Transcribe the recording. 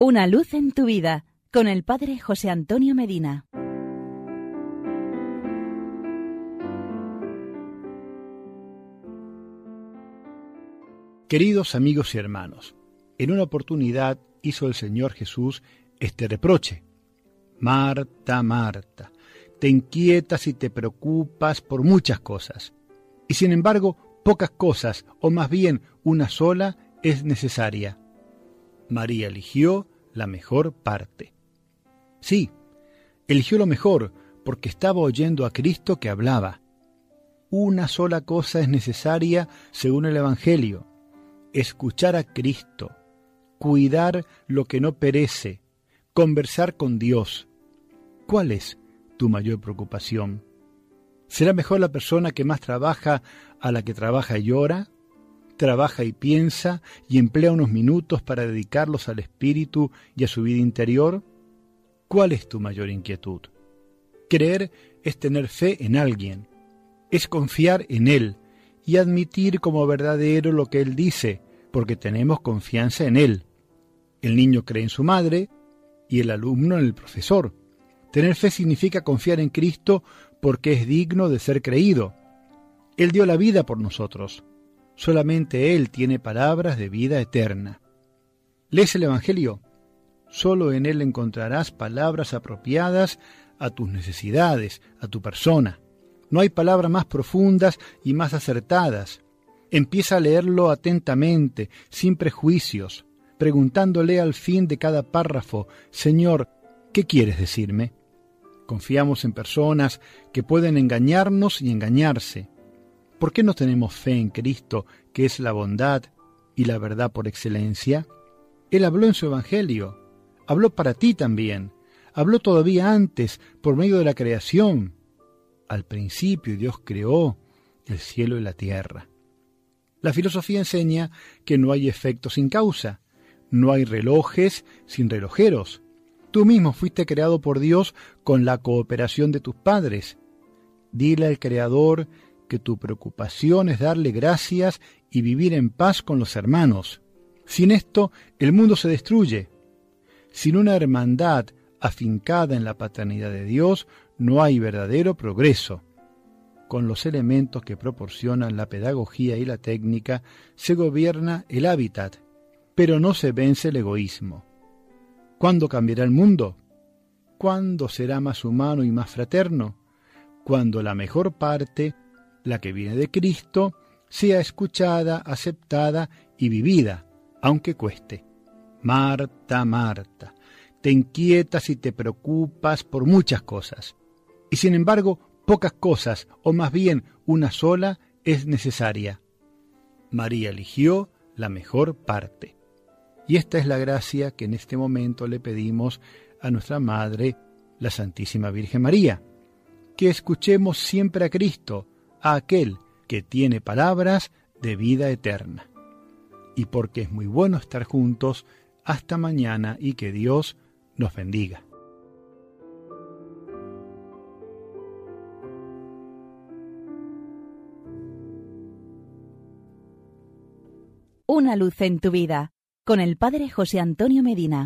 Una luz en tu vida, con el Padre José Antonio Medina. Queridos amigos y hermanos, en una oportunidad hizo el Señor Jesús este reproche: Marta, Marta, te inquietas y te preocupas por muchas cosas, y sin embargo pocas cosas, o más bien una sola, es necesaria. María eligió la mejor parte. Sí, eligió lo mejor, porque estaba oyendo a Cristo que hablaba. Una sola cosa es necesaria según el Evangelio: escuchar a Cristo, cuidar lo que no perece, conversar con Dios. ¿Cuál es tu mayor preocupación? ¿Será mejor la persona que más trabaja a la que trabaja y ora? Trabaja y piensa y emplea unos minutos para dedicarlos al espíritu y a su vida interior. ¿Cuál es tu mayor inquietud? Creer es tener fe en alguien, es confiar en Él y admitir como verdadero lo que Él dice, porque tenemos confianza en Él. El niño cree en su madre y el alumno en el profesor. Tener fe significa confiar en Cristo porque es digno de ser creído. Él dio la vida por nosotros. Solamente Él tiene palabras de vida eterna. ¿Lees el Evangelio? Solo en Él encontrarás palabras apropiadas a tus necesidades, a tu persona. No hay palabras más profundas y más acertadas. Empieza a leerlo atentamente, sin prejuicios, preguntándole al fin de cada párrafo: Señor, ¿qué quieres decirme? Confiamos en personas que pueden engañarnos y engañarse. ¿Por qué no tenemos fe en Cristo, que es la bondad y la verdad por excelencia? Él habló en su Evangelio, habló para ti también, habló todavía antes, por medio de la creación. Al principio Dios creó el cielo y la tierra. La filosofía enseña que no hay efecto sin causa, no hay relojes sin relojeros. Tú mismo fuiste creado por Dios con la cooperación de tus padres. Dile al Creador que tu preocupación es darle gracias y vivir en paz con los hermanos. Sin esto, el mundo se destruye. Sin una hermandad afincada en la paternidad de Dios, no hay verdadero progreso. Con los elementos que proporcionan la pedagogía y la técnica, se gobierna el hábitat, pero no se vence el egoísmo. ¿Cuándo cambiará el mundo? ¿Cuándo será más humano y más fraterno? Cuando la mejor parte, la que viene de Cristo, sea escuchada, aceptada y vivida, aunque cueste. Marta, Marta, te inquietas y te preocupas por muchas cosas, y sin embargo, pocas cosas, o más bien una sola, es necesaria. María eligió la mejor parte. Y esta es la gracia que en este momento le pedimos a nuestra Madre, la Santísima Virgen María, que escuchemos siempre a Cristo, a aquel que tiene palabras de vida eterna. Y porque es muy bueno estar juntos, hasta mañana y que Dios nos bendiga. Una luz en tu vida, con el Padre José Antonio Medina.